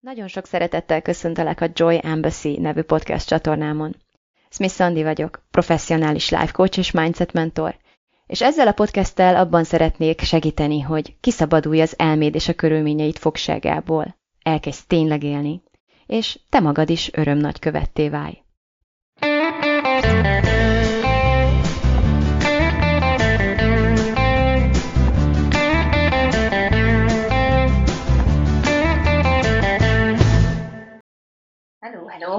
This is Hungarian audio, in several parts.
Nagyon sok szeretettel köszöntelek a Joy Embassy nevű podcast csatornámon. Smith Andi vagyok, professzionális life coach és mindset mentor, és ezzel a podcasttel abban szeretnék segíteni, hogy kiszabadulj az elméd és a körülményeid fogságából, elkezdj tényleg élni, és te magad is örömnagykövetté válj. Hello!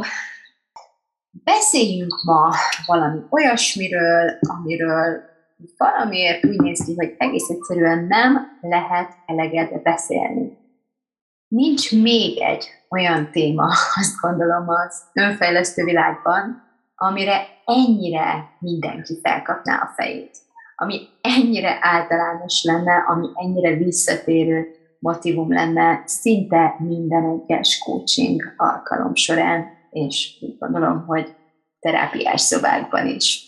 Beszéljünk ma valami olyasmiről, amiről valamiért úgy néz ki, hogy egész egyszerűen nem lehet eleget beszélni. Nincs még egy olyan téma, azt gondolom, az önfejlesztő világban, amire ennyire mindenki felkapná a fejét, ami ennyire általános lenne, ami ennyire visszatérő motívum lenne szinte minden egyes coaching alkalom során, és úgy gondolom, hogy terápiás szobákban is.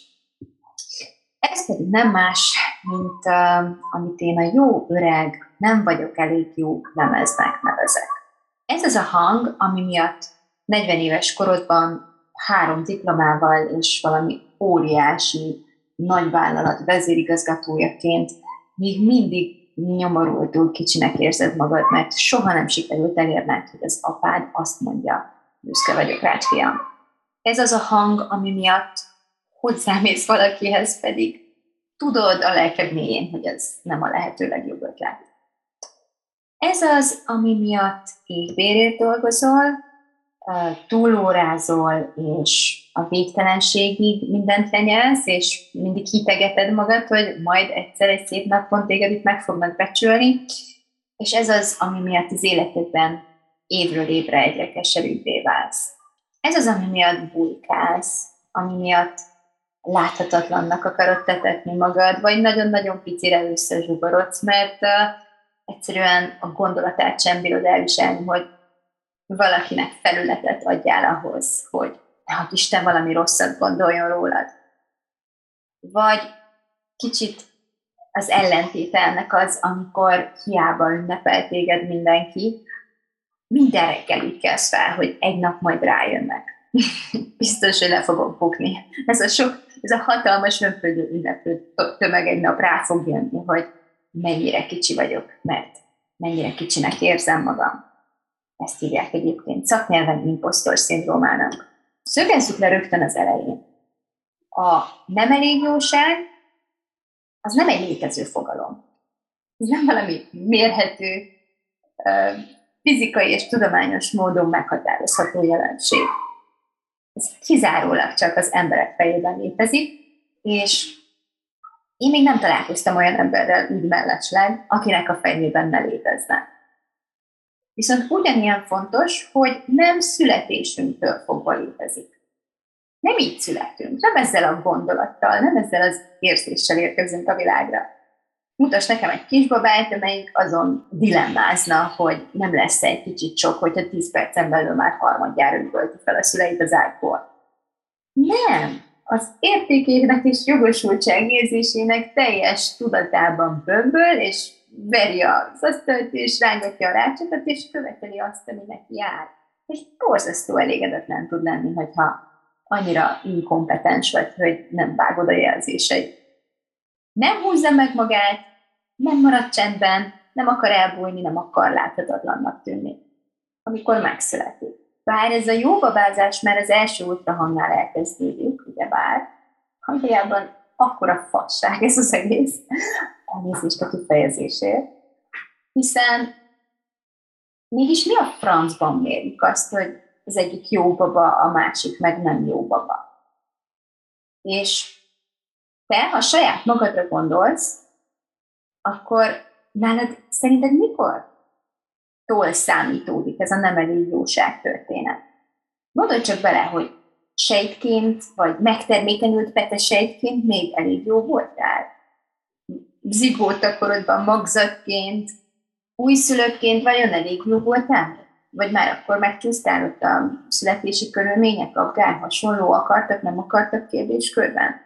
Ez pedig nem más, mint amit én a jó öreg, nem vagyok elég jó lemeznek nevezek. Ez az a hang, ami miatt 40 éves korodban 3 diplomával és valami óriási nagyvállalat vezérigazgatójaként még mindig nyomorultul kicsinek érzed magad, mert soha nem sikerült elérned, hogy az apád azt mondja, büszke vagyok rád, fiam. Ez az a hang, ami miatt hozzámész valakihez, pedig tudod a lelked mélyén, hogy ez nem a lehető legjobb ötlet. Ez az, ami miatt égbérért dolgozol, túlórázol, és a végtelenségig mindent lenyelsz, és mindig hitegeted magad, hogy majd egyszer egy szép napon téged itt meg fognak becsülni, és ez az, ami miatt az életedben évről évre egyre keserűbbé válsz. Ez az, ami miatt bujkálsz, ami miatt láthatatlannak akarod tetetni magad, vagy nagyon-nagyon picire összezsugorodsz, mert egyszerűen a gondolatát sem bírod elviselni, hogy valakinek felületet adjál ahhoz, hogy nehogy Isten valami rosszat gondoljon rólad. Vagy kicsit az ellentéte ennek az, amikor hiába ünnepel téged mindenki, minden reggel úgy kelsz fel, hogy egy nap majd rájönnek. Biztos, hogy le fogok bukni. Ez a hatalmas önföldő ünneplő tömeg egy nap rá fog jönni, hogy mennyire kicsi vagyok, mert mennyire kicsinek érzem magam. Ezt hívják egyébként szaknyelven impostor szindrómának. Szögezzük le rögtön az elején. A nem elégjóság az nem egy létező fogalom. Ez nem valami mérhető, fizikai és tudományos módon meghatározható jelenség. Ez kizárólag csak az emberek fejében létezik, és én még nem találkoztam olyan emberrel úgy mellesleg, akinek a fejében ne létezne. Viszont ugyanilyen fontos, hogy nem születésünktől fogva létezik. Nem így születünk, nem ezzel a gondolattal, nem ezzel az érzéssel érkezünk a világra. Mutasd nekem egy kisbabát, amelyik azon dilemmázna, hogy nem lesz egy kicsit sok, hogyha 10 percen belül már harmadjára üvölti fel a szüleit az ágyból. Nem! Az értékének és jogosultságérzésének teljes tudatában bömböl, és veri az asztalt, és rángatja a rácsokat, és követeli azt, ami neki jár. És borzasztó elégedetlen tud lenni, hogyha annyira inkompetens vagy, hogy nem vágod a jelzéseit. Nem húzza meg magát, nem marad csendben, nem akar elbújni, nem akar láthatatlannak tűnni, amikor megszületik. Bár ez a jó babázás már az első ultrahangnál elkezdődik, ugyebár, hangjában akkora fasság ez az egész, elnézést a kifejezésért, hiszen mégis mi a francban mérjük azt, hogy az egyik jó baba, a másik meg nem jó baba. És te, ha saját magadra gondolsz, akkor nálad szerinted mikor számítódik ez a nem elég jóság történet? Gondolj csak bele, hogy sejtként, vagy megtermékenyült petesejtként még elég jó voltál. Zigóta korodban magzatként, újszülöttként vajon elég jó voltál? Vagy már akkor megcsúsztál ott a születési körülmények, afgán hasonló akartak, nem akartak kérdéskörben?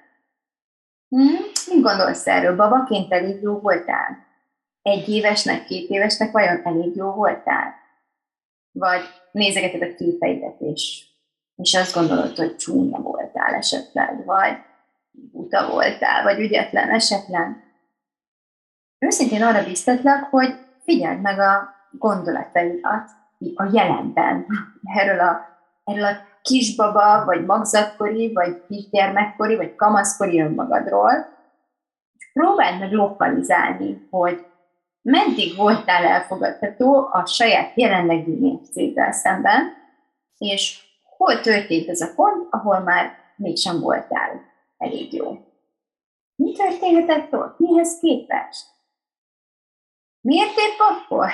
Mit gondolsz erről? Babaként elég jó voltál? 1 évesnek, 2 évesnek vajon elég jó voltál? vagy nézegeted a képeidet, és azt gondolod, hogy csúnya voltál esetleg, vagy buta voltál, vagy ügyetlen, esetlen. Őszintén arra biztatlak, hogy figyeld meg a gondolataidat a jelenben erről a kisbaba, vagy magzatkori, vagy kisgyermekkori, vagy kamaszkori önmagadról, és próbáld meg lokalizálni, hogy meddig voltál elfogadható a saját jelenlegi mércéddel szemben, és hol történt ez a pont, ahol már mégsem voltál elég jó. Mi történhetett ott? Mihez képest? Miért épp akkor?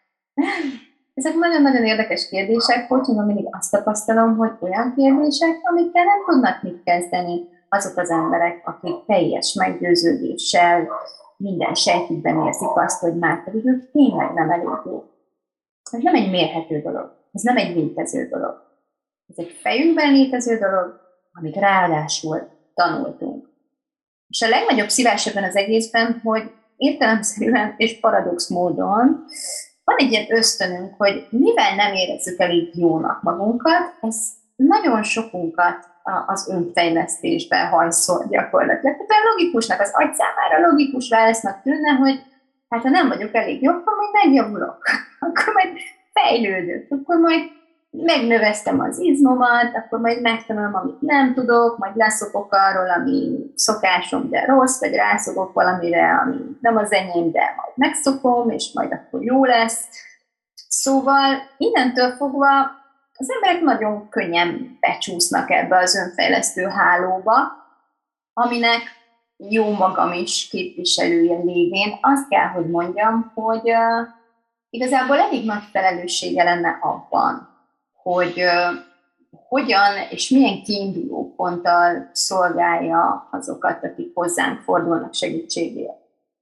Ezek nagyon-nagyon érdekes kérdések, hogy mindig azt tapasztalom, hogy olyan kérdések, amikkel nem tudnak mit kezdeni azok az emberek, akik teljes meggyőződéssel minden sejtükben érzik azt, hogy már pedig ők tényleg nem elég jó. Ez nem egy mérhető dolog, ez nem egy létező dolog. Ez egy fejünkben létező dolog, amit ráadásul tanultunk. És a legnagyobb szívás ebben az egészben, hogy értelemszerűen és paradox módon van egy ilyen ösztönünk, hogy mivel nem érezzük elég jónak magunkat, ez nagyon sokunkat az önfejlesztésben hajszol gyakorlatilag. Tehát logikusnak, az agy számára logikus válasznak tűnne, hogy hát ha nem vagyok elég jó, akkor majd megjavulok, akkor majd fejlődök, akkor majd megnöveztem az izmomat, akkor majd megtanulom, amit nem tudok, majd leszokok arról, ami szokásom, de rossz, vagy rászokok valamire, ami nem az enyém, de majd megszokom, és majd akkor jó lesz. Szóval innentől fogva az emberek nagyon könnyen becsúsznak ebbe az önfejlesztő hálóba, aminek jó magam is képviselője lévén azt kell, hogy mondjam, hogy igazából elég nagy felelőssége lenne abban, hogy hogyan és milyen kiinduló ponttal szolgálja azokat, akik hozzánk fordulnak segítségért.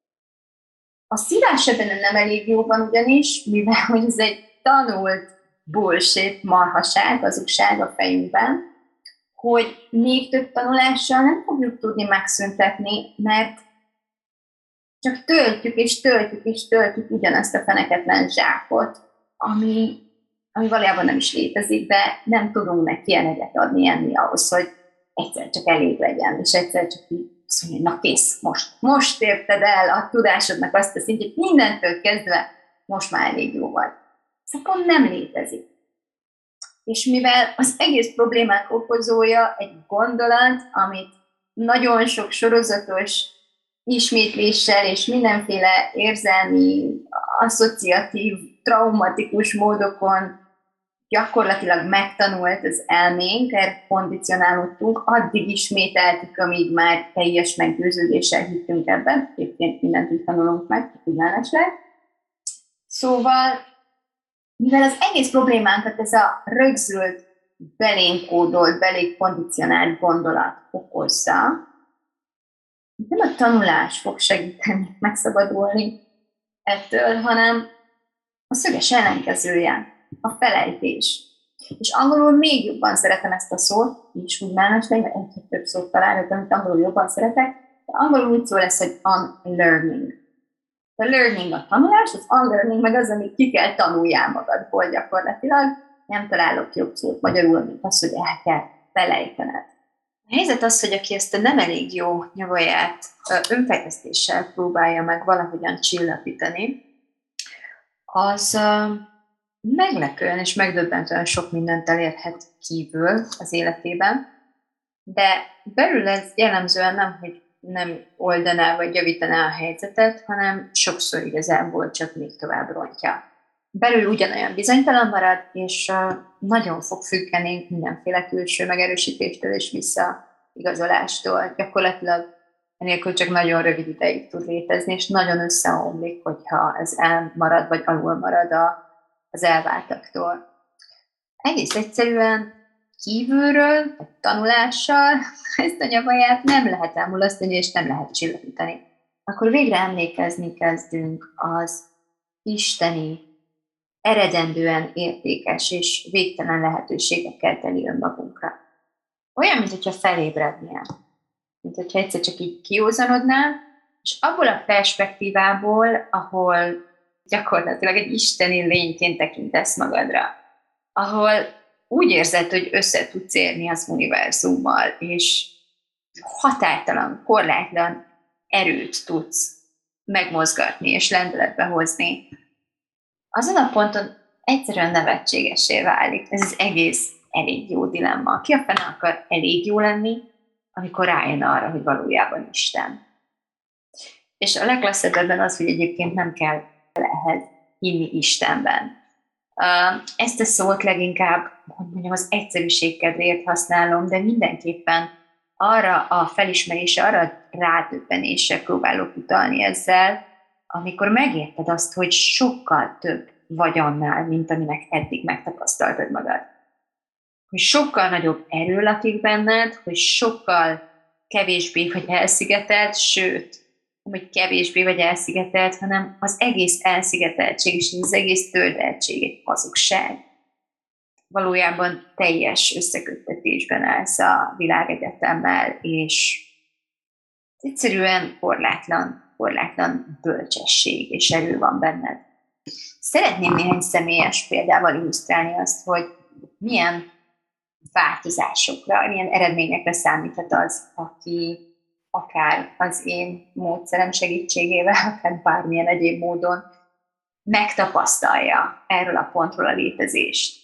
A szívás ebben nem elég jóban ugyanis, mivel hogy ez egy tanult bullshit, marhaság, hazugság a fejünkben, hogy még több tanulással nem fogjuk tudni megszüntetni, mert csak töltjük és töltjük és töltjük ugyanazt a feneketlen zsákot, ami valójában nem is létezik, de nem tudunk neki eleget adni enni ahhoz, hogy egyszer csak elég legyen, és egyszer csak így azt mondja, na kész, most érted el a tudásodnak azt a szintjét, mindentől kezdve most már elég jó vagy. Ez akkor nem létezik. És mivel az egész problémák okozója egy gondolat, amit nagyon sok sorozatos ismétléssel és mindenféle érzelmi, asszociatív, traumatikus módokon gyakorlatilag megtanult az elménk, erre kondicionálódtunk, addig ismételtük, amíg már teljes meggyőződéssel hittünk ebben, egyébként mindent így tanulunk meg, ugyanesleg. Szóval, mivel az egész problémánkat ez a rögzült, belénk kódolt, belénk kondicionált gondolat okozza, nem a tanulás fog segíteni megszabadulni ettől, hanem a szöges ellenkezője, a felejtés. És angolul még jobban szeretem ezt a szót, így úgy mellesleg, mert egy több szót találok, amit angolul jobban szeretek, de angolul úgy szó lesz, hogy unlearning. A learning a tanulás, az unlearning meg az, amit ki kell tanuljál magadból gyakorlatilag. Nem találok jobb szót magyarul, mint az, hogy el kell felejtened. A helyzet az, hogy aki ezt a nem elég jó nyavaját önfejlesztéssel próbálja meg valahogyan csillapítani, az meglepően és megdöbbentően sok mindent elérhet kívül az életében, de belül ez jellemzően nem, hogy nem oldaná vagy javítaná a helyzetet, hanem sokszor igazából csak még tovább rontja. Belül ugyanolyan bizonytalan marad, és nagyon fog függeni mindenféle külső megerősítéstől és visszaigazolástól. Gyakorlatilag enélkül csak nagyon rövid ideig tud létezni, és nagyon összeomlik, hogyha ez elmarad vagy alul marad az elváltaktól. Egész egyszerűen kívülről, vagy tanulással ezt a nyavaját nem lehet elmulasztani, és nem lehet csillapítani. Akkor végre emlékezni kezdünk az isteni, eredendően értékes és végtelen lehetőségekkel teli önmagunkra. Olyan, mintha felébrednél. Mint hogyha egyszer csak így kiózanodnál, és abból a perspektívából, ahol gyakorlatilag egy isteni lényként tekintesz magadra. ahol úgy érzed, hogy össze tudsz érni az univerzummal, és határtalan, korlátlan erőt tudsz megmozgatni és lendületbe hozni, azon a ponton egyszerűen nevetségessé válik. Ez az egész elég jó dilemma. Ki a fene akar elég jó lenni, amikor rájön arra, hogy valójában Isten. És a legklasszabb ebben az, hogy egyébként nem kell ehhez hinni Istenben. Ezt a szót leginkább, hogy mondjam, az egyszerűség kedvéért használom, de mindenképpen arra a felismerésre, arra a rádöbbenésre próbálok utalni ezzel, amikor megérted azt, hogy sokkal több vagy annál, mint aminek eddig megtapasztaltad magad. Hogy sokkal nagyobb erő lakik benned, hogy sokkal kevésbé vagy elszigetelt, sőt, nem, hogy kevésbé vagy elszigetelt, hanem az egész elszigeteltség és az egész tölteltség egy hazugság. Valójában teljes összeköttetésben állsz a világegyetemmel, és egyszerűen korlátlan bölcsesség és erő van benned. Szeretném néhány személyes példával illusztrálni azt, hogy milyen változásokra, milyen eredményekre számíthat az, aki akár az én módszerem segítségével, akár bármilyen egyéb módon megtapasztalja erről a pontról a létezést.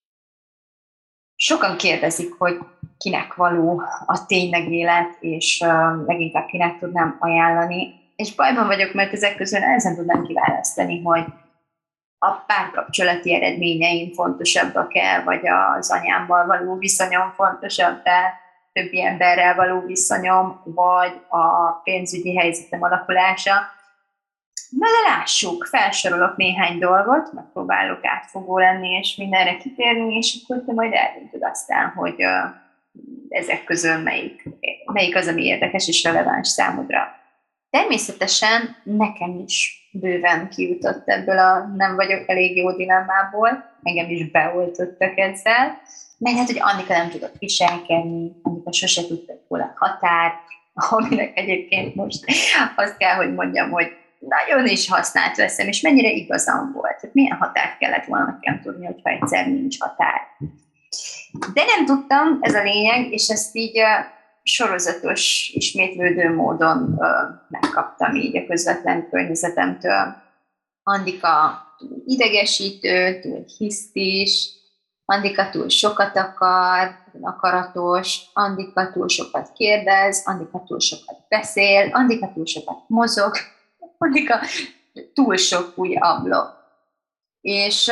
Sokan kérdezik, hogy kinek való a tényleg élet, és leginkább kinek tudnám ajánlani. És bajban vagyok, mert ezek közül nehezen tudnám kiválasztani, hogy a párkapcsolati eredményeim fontosabbak-e, vagy az anyámmal való viszonyom fontosabb-e, többi emberrel való viszonyom, vagy a pénzügyi helyzetem alakulása. Na de lássuk, felsorolok néhány dolgot, megpróbálok átfogó lenni, és mindenre kitérni, és akkor te majd eldöntöd aztán, hogy ezek közül melyik az, ami érdekes és releváns számodra. Természetesen nekem is bőven kijutott ebből a nem vagyok elég jó dilemmából, engem is beoltottak ezzel, meg hát, hogy Annika nem tudott viselkedni, Annika sose tudta, hol a határ, aminek egyébként most azt kell, hogy mondjam, hogy nagyon is használt veszem, és mennyire igazam volt. Tehát milyen határt kellett volna nekem tudni, hogyha egyszer nincs határ. De nem tudtam, ez a lényeg, és ezt így sorozatos, ismétlődő módon megkaptam így a közvetlen környezetemtől. Andika túl idegesítő, túl hisztis, Andika túl sokat akar, akaratos, Andika túl sokat kérdez, Andika túl sokat beszél, Andika túl sokat mozog, Andika túl sok új ablak. És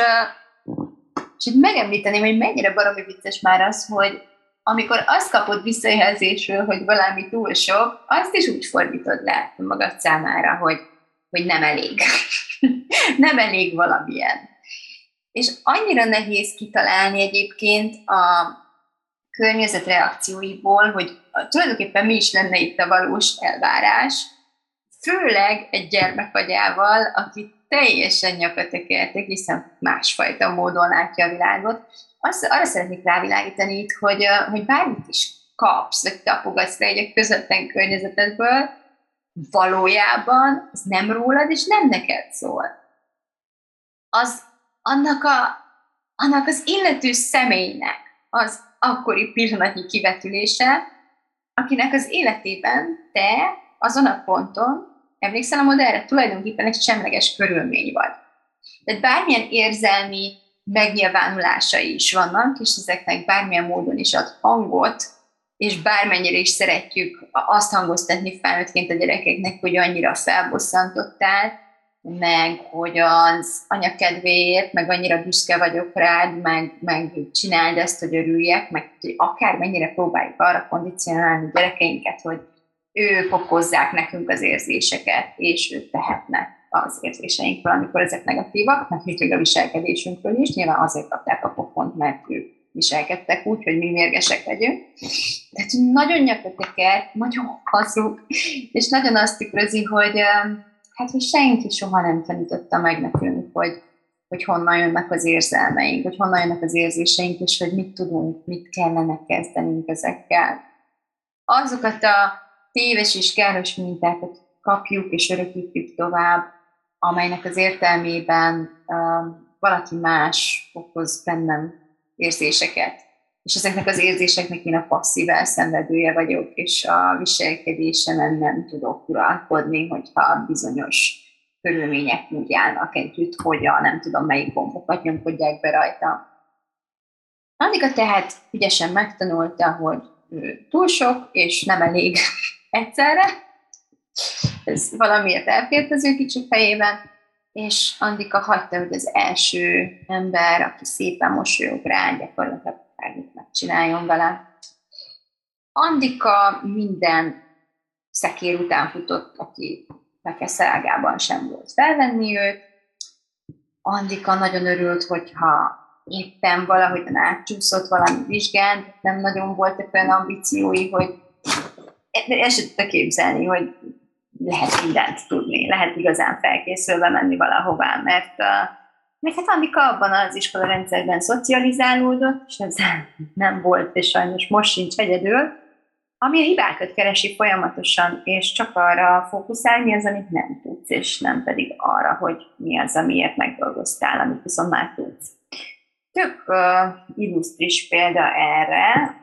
így megemlíteném, hogy mennyire baromi vicces már az, hogy amikor azt kapod visszajelzésről, hogy valami túl sok, azt is úgy fordítod le magad számára, hogy nem elég. Nem elég valamilyen. És annyira nehéz kitalálni egyébként a környezet reakcióiból, hogy tulajdonképpen mi is lenne itt a valós elvárás, főleg egy gyermekagyával, aki teljesen nyakatekert, egészen másfajta módon látja a világot. Arra szeretnék rávilágítani itt, hogy bármit is kapsz, vagy tapogatsz le egy közvetlen környezetedből, valójában ez nem rólad, és nem neked szól. Annak az illető személynek az akkori pillanatnyi kivetülése, akinek az életében te azon a ponton, emlékszel a modellre, tulajdonképpen egy semleges körülmény vagy. Tehát bármilyen érzelmi megnyilvánulásai is vannak, és ezeknek bármilyen módon is ad hangot, és bármennyire is szeretjük azt hangoztatni felnőttként a gyerekeknek, hogy annyira felbosszantottál, meg hogy az anyakedvéért, meg annyira büszke vagyok rád, meg csináld ezt, hogy örüljek, meg hogy akármennyire próbáljuk arra kondicionálni a gyerekeinket, hogy ők okozzák nekünk az érzéseket, és ők tehetnek az érzéseinkről, amikor ezek negatívak, mert még a viselkedésünkről is, nyilván azért kapták a pofont, mert ők viselkedtek úgy, hogy mi mérgesek legyünk. Tehát nagyon nyakateker, nagyon hazug, és nagyon azt tükrözi, hogy hogy senki soha nem tanította meg nekünk, hogy honnan jönnek az érzelmeink, hogy honnan jönnek az érzéseink, és hogy mit tudunk, mit kellene kezdenünk ezekkel. Azokat a téves és káros mintákat kapjuk és örökítjük tovább, amelynek az értelmében valaki más okoz bennem érzéseket. És ezeknek az érzéseknek én a passzív elszenvedője vagyok, és a viselkedésemen nem tudok uralkodni, hogyha bizonyos körülmények úgy állnak együtt, hogy nem tudom, melyik gombokat nyomkodják be rajta. Annika tehát ügyesen megtanulta, hogy túl sok, és nem elég egyszerre. Ez valamiért elfért az ő kicsi fejében, és Andika hagyta, hogy az első ember, aki szépen mosolyog rá, gyakorlatilag bármit megcsináljon vele. Andika minden szekér után futott, aki Fekeszeágában sem volt felvenni őt. Andika nagyon örült, hogyha éppen valahogyan átcsúszott valami vizsgán, nem nagyon voltak olyan ambíciói, hogy el sem tudta képzelni, hogy lehet mindent tudni, lehet igazán felkészülve menni valahová, mert hát Andika abban az iskolarendszerben szocializálódott, és ez nem volt, és sajnos most sincs egyedül, ami a hibákat keresi folyamatosan, és csak arra fókuszál, mi az, amit nem tudsz, és nem pedig arra, hogy mi az, amiért megdolgoztál, amit viszont már tudsz. Tök illusztris példa erre,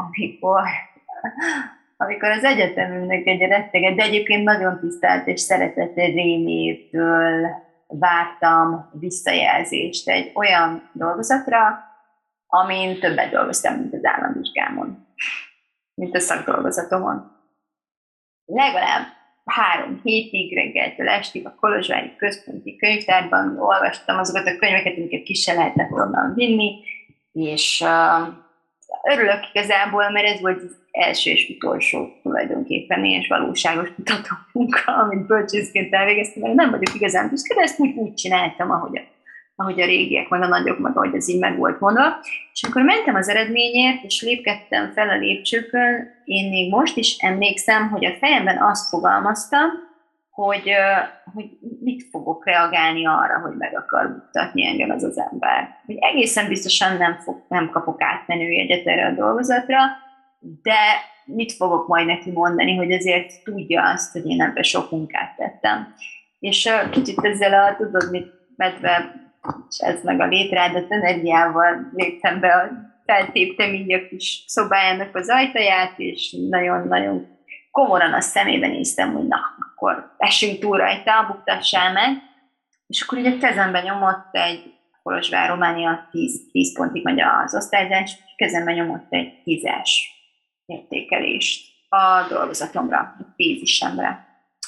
amikor az egyetemünknek egy retteget, de egyébként nagyon tisztelt és szeretett rémétől vártam visszajelzést egy olyan dolgozatra, amin többet dolgoztam, mint az államvizsgámon, mint a szakdolgozatomon. Legalább 3 hétig, reggeltől estig a Kolozsvári Központi Könyvtárban olvastam azokat a könyveket, amiket ki se lehetett onnan vinni, és örülök igazából, mert ez volt az első és utolsó tulajdonképpen és valóságos kutató munka, amit bölcsészként elvégeztem, mert nem vagyok igazán büszke, de ezt úgy csináltam, ahogy a régiek, meg a nagyok, meg ahogy ez így meg volt mondva. És amikor mentem az eredményért, és lépkedtem fel a lépcsőkön, én még most is emlékszem, hogy a fejemben azt fogalmaztam, hogy mit fogok reagálni arra, hogy meg akar buktatni engem ez az ember. Hogy egészen biztosan nem kapok átmenőjegyet erre a dolgozatra, de mit fogok majd neki mondani, hogy azért tudja azt, hogy én ebben sok munkát tettem. És kicsit ezzel tudod, mit medve, és ez meg a létrádat energiával léptem be, feltéptem így a kis szobájának az ajtaját, és nagyon-nagyon komoran a szemébe néztem, hogy na, akkor essünk túl rajta, buktassál meg. És akkor ugye a kezembe nyomott egy Kolozsvár Románia 10 pontig megy az osztályzás, és kezembe nyomott egy 10-es értékelést a dolgozatomra, a tézisemre.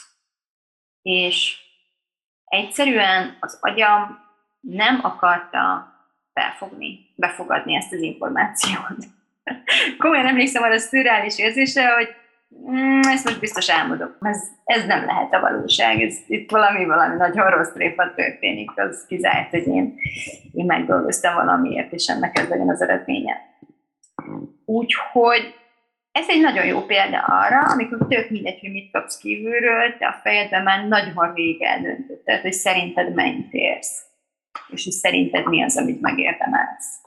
És egyszerűen az agyam nem akarta befogadni ezt az információt. Komolyan emlékszem arra a szürreális érzésre, hogy ezt most biztos álmodok. Ez nem lehet a valóság, itt valami nagyon rossz tréfa történik, az kizárt, hogy én megdolgoztam valamiért, és ennek ez legyen az eredménye. Úgyhogy ez egy nagyon jó példa arra, amikor tök mindegy, hogy mit kapsz kívülről, te a fejedben már nagyon rég eldöntötted, hogy szerinted mennyit érsz, és hogy szerinted mi az, amit megérdemelsz.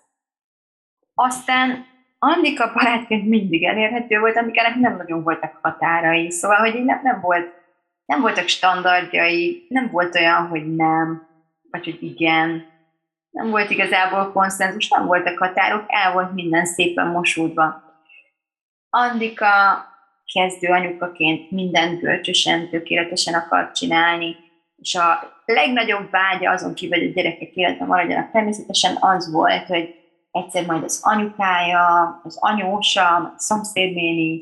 Aztán Andika barátként mindig elérhető volt, amiknek nem nagyon voltak határai, szóval, hogy nem voltak standardjai, nem volt olyan, hogy nem, vagy hogy igen, nem volt igazából konszenzus, nem voltak határok, el volt minden szépen mosódva. Andika kezdő anyukaként mindent bölcsösen, tökéletesen akart csinálni, és a legnagyobb vágya azon kívül, hogy a gyerekek életben maradjanak természetesen az volt, hogy egyszer majd az anyukája, az anyósa, a szomszédnéni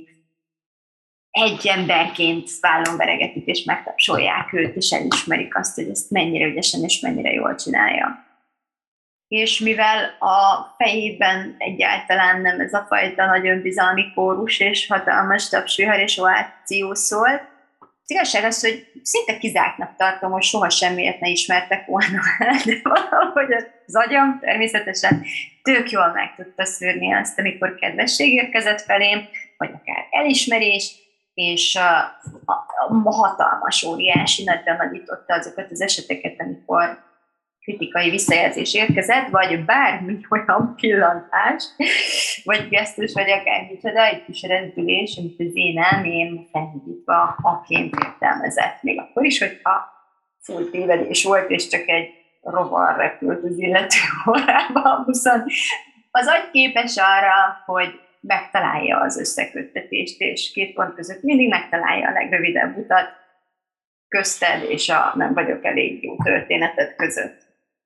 egy emberként vállon veregetik, és megtapsolják őt, és elismerik azt, hogy ezt mennyire ügyesen és mennyire jól csinálja. És mivel a fejében egyáltalán nem ez a fajta nagy önbizalmi kórus és hatalmas tapsvihar és ováció szólt, az igazság az, hogy szinte kizártnak tartom, hogy soha semmiért ne ismertek volna, de valahogy az agyam természetesen tök jól meg tudta szűrni azt, amikor kedvesség érkezett felém, vagy akár elismerés, és a hatalmas, óriási nagyra nagyította azokat az eseteket, amikor kritikai visszajelzés érkezett, vagy bármi olyan pillantás, vagy gesztus, vagy akár micsoda, egy kis rezdülés, amit az én elmém felhívítva aként értelmezett. Még akkor is, hogyha full tévedés volt, és csak egy rovar repült az illető órába a buszon, Az agy képes arra, hogy megtalálja az összeköttetést, és két pont között mindig megtalálja a legrövidebb utat közted és a nem vagyok elég jó történetet között.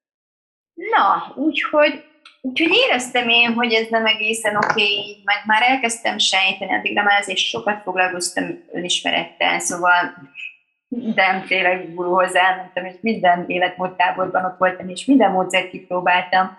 Na, úgyhogy éreztem én, hogy ez nem egészen oké, meg már elkezdtem sejteni, addigra már azért sokat foglalkoztam önismerettel, szóval mindenféle guruhoz elmentem, és minden életmódtáborban ott voltam, és minden módszert kipróbáltam.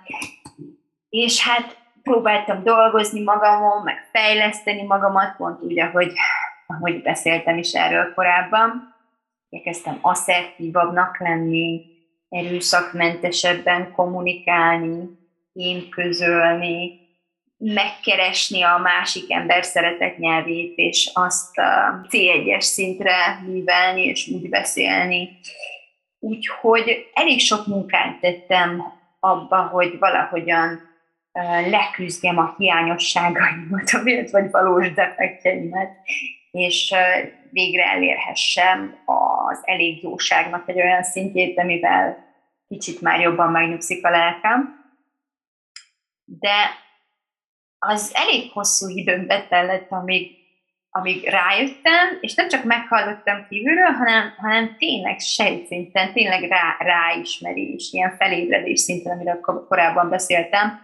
És hát próbáltam dolgozni magamon, meg fejleszteni magamat, pont úgy, ahogy beszéltem is erről korábban. Elkezdtem asszertívabbnak lenni, erőszakmentesebben kommunikálni, én közölni, megkeresni a másik ember szeretett nyelvét, és azt a C1-es szintre művelni, és úgy beszélni. Úgyhogy elég sok munkát tettem abba, hogy valahogyan leküzdjem a hiányosságaimat, vagy valós defektjeimet, és végre elérhessem az elég jóságnak egy olyan szintjét, amivel kicsit már jobban megnyugszik a lelkem. De az elég hosszú időn betellett, amíg rájöttem, és nem csak meghallottam kívülről, hanem tényleg sejtszinten, tényleg ráismerés, ilyen felébredés szinten, amiről korábban beszéltem,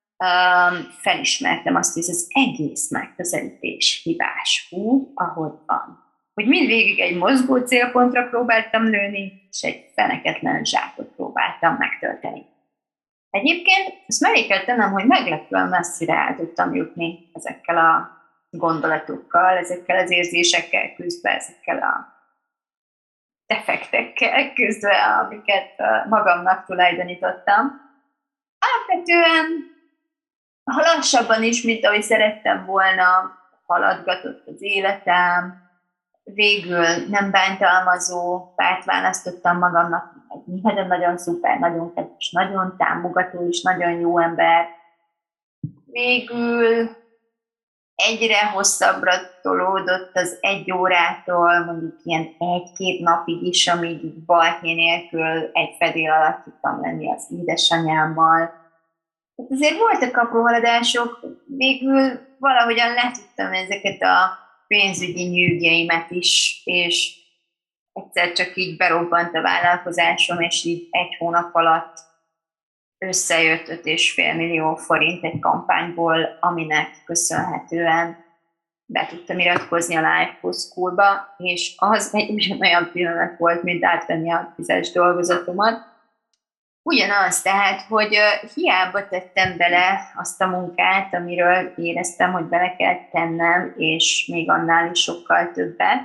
felismertem azt, hogy ez az egész megközelítés hibás úgy, ahogy van. Hogy mindvégig egy mozgó célpontra próbáltam lőni, és egy feneketlen zsákot próbáltam megtölteni. Egyébként azt mellé kell tennem, hogy meglepően messzire el tudtam jutni ezekkel a gondolatokkal, ezekkel az érzésekkel küzdve, ezekkel a defektekkel küzdve, amiket magamnak tulajdonítottam. Alapvetően ha lassabban is, mint ahogy szerettem volna, haladgatott az életem, végül nem bántalmazó párt választottam magamnak, egy nagyon-nagyon szuper, nagyon kedves, nagyon támogató és nagyon jó ember. Végül egyre hosszabbra tolódott az 1 órától, mondjuk ilyen 1-2 napig is, amíg így balhé nélkül egy fedél alatt tudtam lenni az édesanyámmal. Azért voltak apró haladások, végül valahogyan letudtam ezeket a pénzügyi nyűgjeimet is, és egyszer csak így berobbant a vállalkozásom, és így 1 hónap alatt összejött 5,5 millió forint egy kampányból, aminek köszönhetően be tudtam iratkozni a Life Coach Schoolba, és az egy ugyanolyan pillanat volt, mint átvenni a 10-es dolgozatomat. Ugyanaz, tehát, hogy hiába tettem bele azt a munkát, amiről éreztem, hogy bele kell tennem, és még annál is sokkal többet.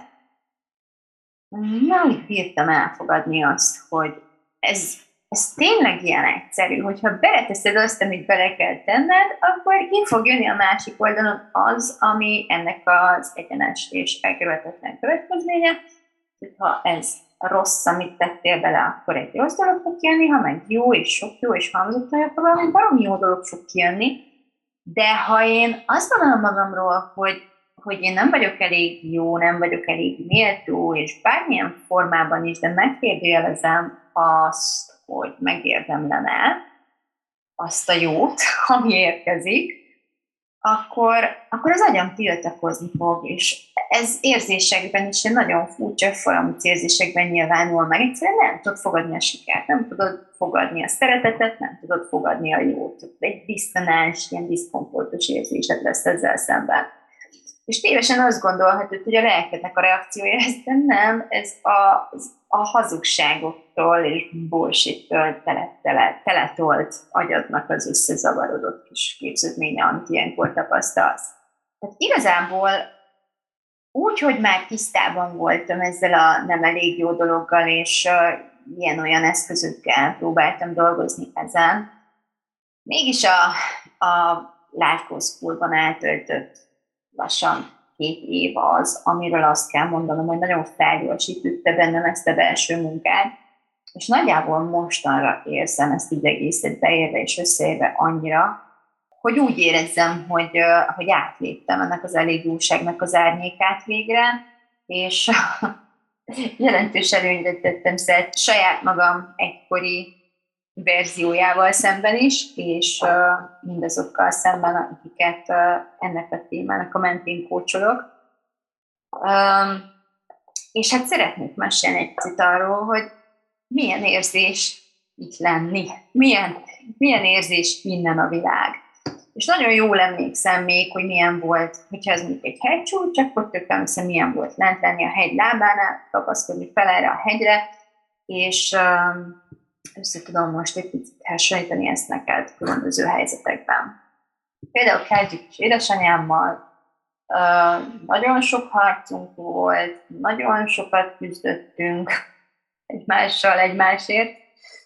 Nem bírtam elfogadni azt, hogy ez tényleg ilyen egyszerű, hogyha beleteszed azt, amit bele kell tenned, akkor ki fog jönni a másik oldalon az, ami ennek az egyenes és elkerülhetetlen következménye. Ha ez rossz, amit tettél bele, akkor egy rossz dolog fog kijönni, ha meg jó és sok jó és halmozottan, akkor valami baromi jó dolog fog kijönni. De ha én azt gondolom magamról, hogy én nem vagyok elég jó, nem vagyok elég méltó, és bármilyen formában is, de megkérdőjelezem azt, hogy megérdemlem-e azt a jót, ami érkezik, akkor az agyam tiltakozni fog, és ez érzésekben is nagyon furcsa, folyamú érzésekben nyilvánul meg. Egyszerűen nem tudod fogadni a sikert, nem tudod fogadni a szeretetet, nem tudod fogadni a jót. Egy disztonáns, ilyen diszkomfortos érzésed lesz ezzel szemben. És tévesen azt gondolhatod, hogy a lelkednek a reakciója, de nem, ez a hazugságoktól és bullshit-től teletolt agyadnak az összezavarodott kis képződménye, amit ilyenkor tapasztalsz. Tehát igazából úgy, hogy már tisztában voltam ezzel a nem elég jó dologgal, és ilyen-olyan eszközökkel próbáltam dolgozni ezen, mégis a Life Coach Schoolban eltöltött lassan 2 év az, amiről azt kell mondanom, hogy nagyon felgyorsította bennem ezt a belső munkát, és nagyjából mostanra érzem ezt így egészet beérve és összeérve annyira, hogy úgy érezzem, hogy átléptem ennek az elég jóságnak az árnyékát végre, és jelentős előnyre tettem szert saját magam egykori verziójával szemben is, és mindazokkal szemben, akiket ennek a témának a mentén kócsolok. És hát szeretnék mesélni egy picit arról, hogy milyen érzés itt lenni, milyen érzés innen a világ. És nagyon jól emlékszem még, hogy milyen volt, hogyha ez mondjuk egy hegycsúcs, akkor tök emlékszem, milyen volt lent lenni a hegy lábánál, kapaszkodni fel erre a hegyre, és össze tudom most egy picit hasonlítani ezt neked különböző helyzetekben. Például kezdjük is édesanyámmal, nagyon sok harcunk volt, nagyon sokat küzdöttünk egymással, egymásért,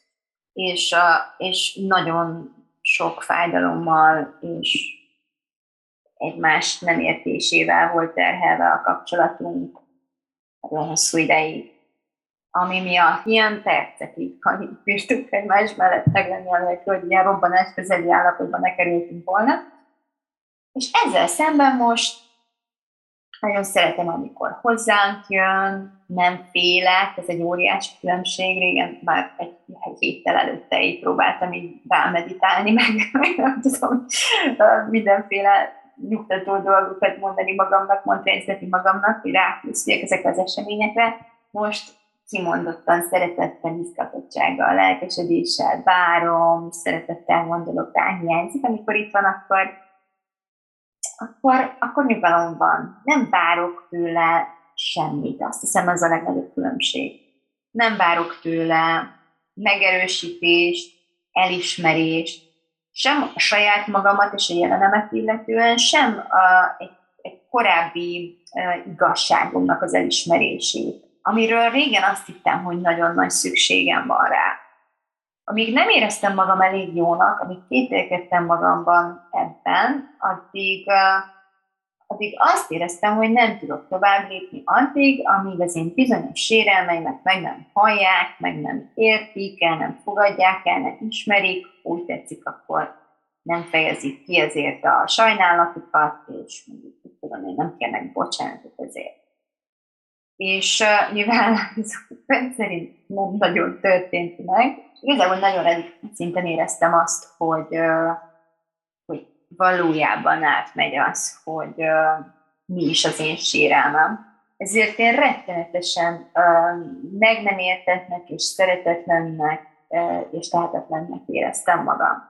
és nagyon sok fájdalommal és egymás nem értésével volt terhelve a kapcsolatunk nagyon hosszú ideig. Ami miatt ilyen percekig, alig bírtuk egymás mellett meglenni, anélkül, hogy ilyen robbanás közeli állapotban ne kerültünk volna. És ezzel szemben most nagyon szeretem, amikor hozzánk jön, nem félek, ez egy óriási különbség. Régen már egy héttel előtte így próbáltam így rámeditálni, meg nem tudom, mindenféle nyugtató dolgokat mondani magamnak, mondani magamnak, hogy rákészüljek ezekre az eseményekre. Most kimondottan szeretettel, izgatottsággal, lelkesedéssel várom, szeretettel gondolok rá, hiányzik, amikor itt van, akkor nyugalom van. Nem várok tőle semmit. Azt hiszem, az a legnagyobb különbség. Nem várok tőle megerősítést, elismerést, sem a saját magamat és a jelenemet illetően, sem egy korábbi igazságomnak az elismerését, amiről régen azt hittem, hogy nagyon nagy szükségem van rá. Amíg nem éreztem magam elég jónak, amíg kételkedtem magamban ebben, addig azt éreztem, hogy nem tudok tovább lépni addig, amíg az én bizonyos sérelmeimet meg nem hallják, meg nem értik, el nem fogadják, el nem ismerik, úgy tetszik, akkor nem fejezik ki ezért a sajnálatukat, és mondjuk, én nem kérnek bocsánatot ezért. És nyilván ez szerint nem nagyon történt meg. Igazából nagyon szinten éreztem azt, hogy valójában átmegy az, hogy mi is az én sérelmem. Ezért én rettenetesen meg nem értetnek, és szeretetlennek, és tehetetlennek éreztem magam.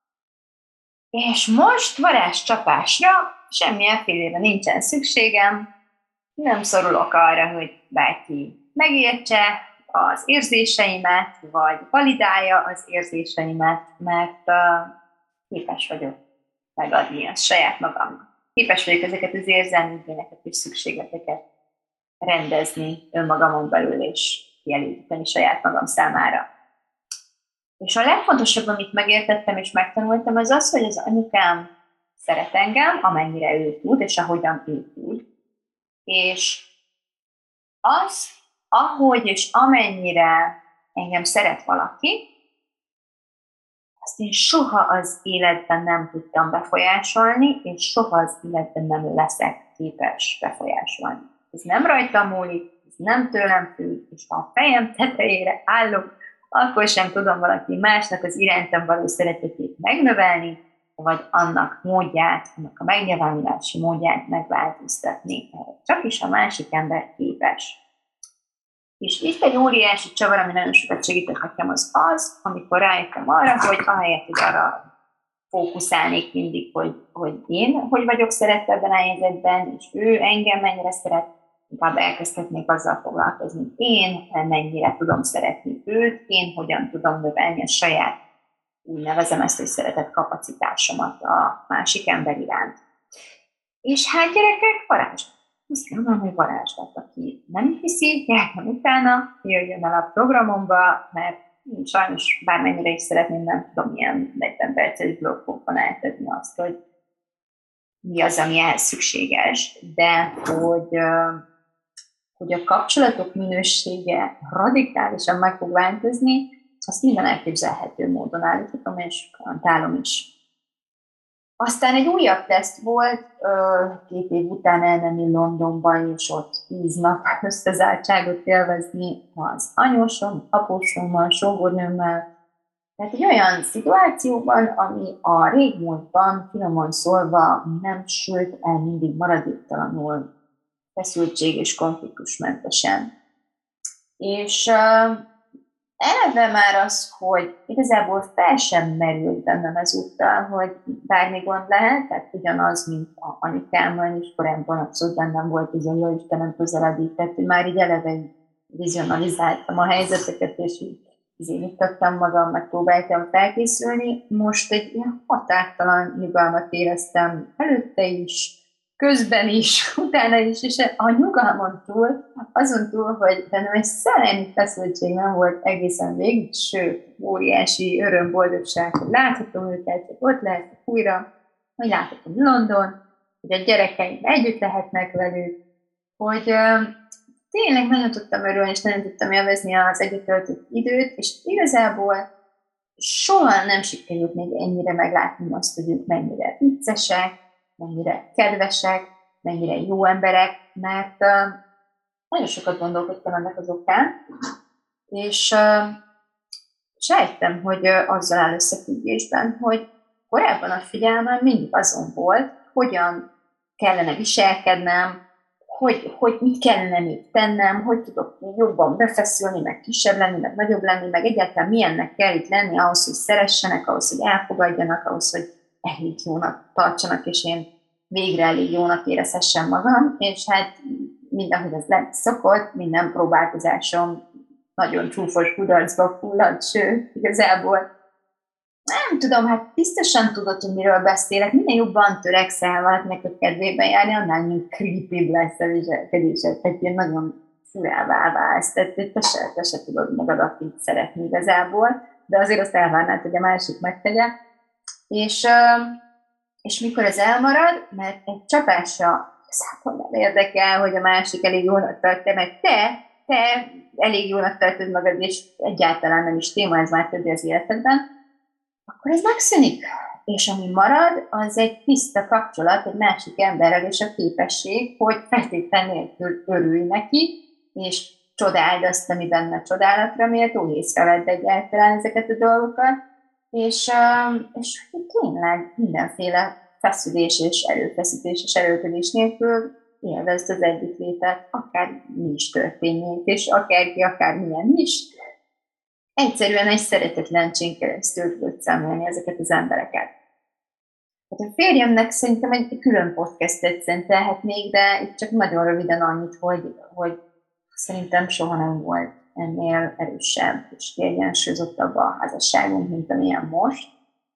És most varázscsapásra semmilyen félére nincsen szükségem, nem szorulok arra, hogy bárki megértse az érzéseimet, vagy validálja az érzéseimet, mert képes vagyok megadni azt saját magamnak. Képes vagyok ezeket az érzelmi igényeket és szükségleteket rendezni önmagamon belül, és kielégíteni saját magam számára. És a legfontosabb, amit megértettem és megtanultam, az az, hogy az anyukám szeret engem, amennyire ő tud, és ahogyan ő tud. És az, ahogy és amennyire engem szeret valaki, azt én soha az életben nem tudtam befolyásolni, és soha az életben nem leszek képes befolyásolni. Ez nem rajtam múlik, ez nem tőlem függ, és ha a fejem tetejére állok, akkor sem tudom valaki másnak az irántam való szeretetét megnövelni, vagy annak módját, annak a megnyilvánulási módját megváltoztatni. Csak is a másik ember képes. És itt egy óriási csavar, ami nagyon sokat segített nekem, az, amikor rájöttem arra, hogy ahelyett, hogy arra fókuszálnék mindig, hogy én hogy vagyok szeretve ebben a helyzetben, és ő engem mennyire szeret, inkább elkezdhetnék azzal foglalkozni. Én mennyire tudom szeretni őt, én hogyan tudom növelni a saját, úgy nevezem ezt, hogy szeretett kapacitásomat a másik ember iránt. És hát gyerekek, varázslat. Azt mondom, hogy varázslat, aki nem hiszi, jártam utána, jöjjön el a programomba, mert sajnos bármennyire is szeretném, nem tudom, ilyen 40 perces blokkokban eltenni azt, hogy mi az, ami ehhez szükséges, de hogy a kapcsolatok minősége radikálisan meg fog változni, azt minden elképzelhető módon állítom, és garantálom is. Aztán egy újabb teszt volt, 2 év után elmenni Londonba, és ott 10 nap összezártságot élvezni az anyósom, apósommal, sógornőmmel, Tehát egy olyan szituációban, ami a régmúltban, finoman szólva, nem sült el mindig maradéktalanul, feszültség és konfliktusmentesen. És eleve már az, hogy igazából fel sem merült bennem ezúttal, hogy bármi gond lehet, tehát ugyanaz, mint a anyukámmal, és korábban abszolút bennem volt ez a jó Istenem közeledik, tehát hogy már így eleve vizionalizáltam a helyzeteket, és így nyitottam magam, meg próbáltam felkészülni. Most egy ilyen határtalan nyugalmat éreztem előtte is, közben is, utána is, és a nyugalmon túl, azon túl, hogy bennem egy szellemi feszültség nem volt egészen végig, sőt, óriási öröm, boldogság, hogy láthatom őket, hogy ott lehetek újra, hogy láthatom London, hogy a gyerekeim együtt lehetnek velük, hogy tényleg nagyon tudtam örülni, és nagyon tudtam élvezni az együtt töltött időt, és igazából soha nem sikerült még ennyire meglátni azt, hogy ők mennyire viccesek, mennyire kedvesek, mennyire jó emberek, mert nagyon sokat gondolkodtam ennek az okán, és sejtem, hogy azzal áll összefüggésben, hogy korábban a figyelmem mindig azon volt, hogyan kellene viselkednem, hogy mit kellene még tennem, hogy tudok jobban befeszülni, meg kisebb lenni, meg nagyobb lenni, meg egyáltalán milyennek kell itt lenni ahhoz, hogy szeressenek, ahhoz, hogy elfogadjanak, ahhoz, hogy elég jónak tartsanak, és én végre elég jónak érezhessem magam, és hát mindenhogy ez lett szokott, minden próbálkozásom nagyon csúfos kudarcba fulladt, sőt, igazából nem tudom, hát biztosan tudod, hogy miről beszélek. Minél jobban törekszel valakinek a kedvében járni, annál creepy lesz a viselkedésed. Tehát ilyen nagyon furává válsz. Tehát te se tudod magadat így szeretni igazából, de azért azt elvárnád, hogy a másik megtegye. És mikor ez elmarad, mert egy csapásra igazából nem érdekel, hogy a másik elég jónak tartja, mert te elég jónak tartod magad, és egyáltalán nem is téma, ez már többi az életedben, akkor ez megszűnik. És ami marad, az egy tiszta kapcsolat egy másik emberrel, és a képesség, hogy feltétlen nélkül örülj neki, és csodáld azt, ami benne csodálatra méltó, észrevedd egyáltalán ezeket a dolgokat, és tényleg mindenféle feszülés és erőfeszítés és erőködés nélkül élvezd az együttlétet, akár mi is történjék, és akárki, akármilyen is. Egyszerűen egy szeretetlencsén keresztül tudod számolni ezeket az embereket. Hát a férjemnek szerintem egy külön podcastet szentelhetnék, de itt csak nagyon röviden annyit, hogy szerintem soha nem volt ennél erősebb és kiegyensúlyozottabb a házasságunk, mint amilyen most.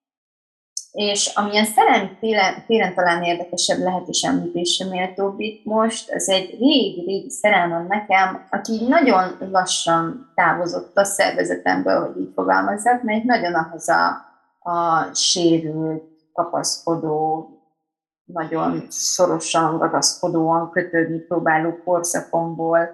És amilyen szerelmi téren talán érdekesebb lehet is említésre méltóbb itt most, az egy régi szerelmem nekem, aki nagyon lassan távozott a szervezetemből, hogy így fogalmazzak, mert nagyon ahhoz a sérült, kapaszkodó, nagyon szorosan ragaszkodóan kötődni próbáló korszakomból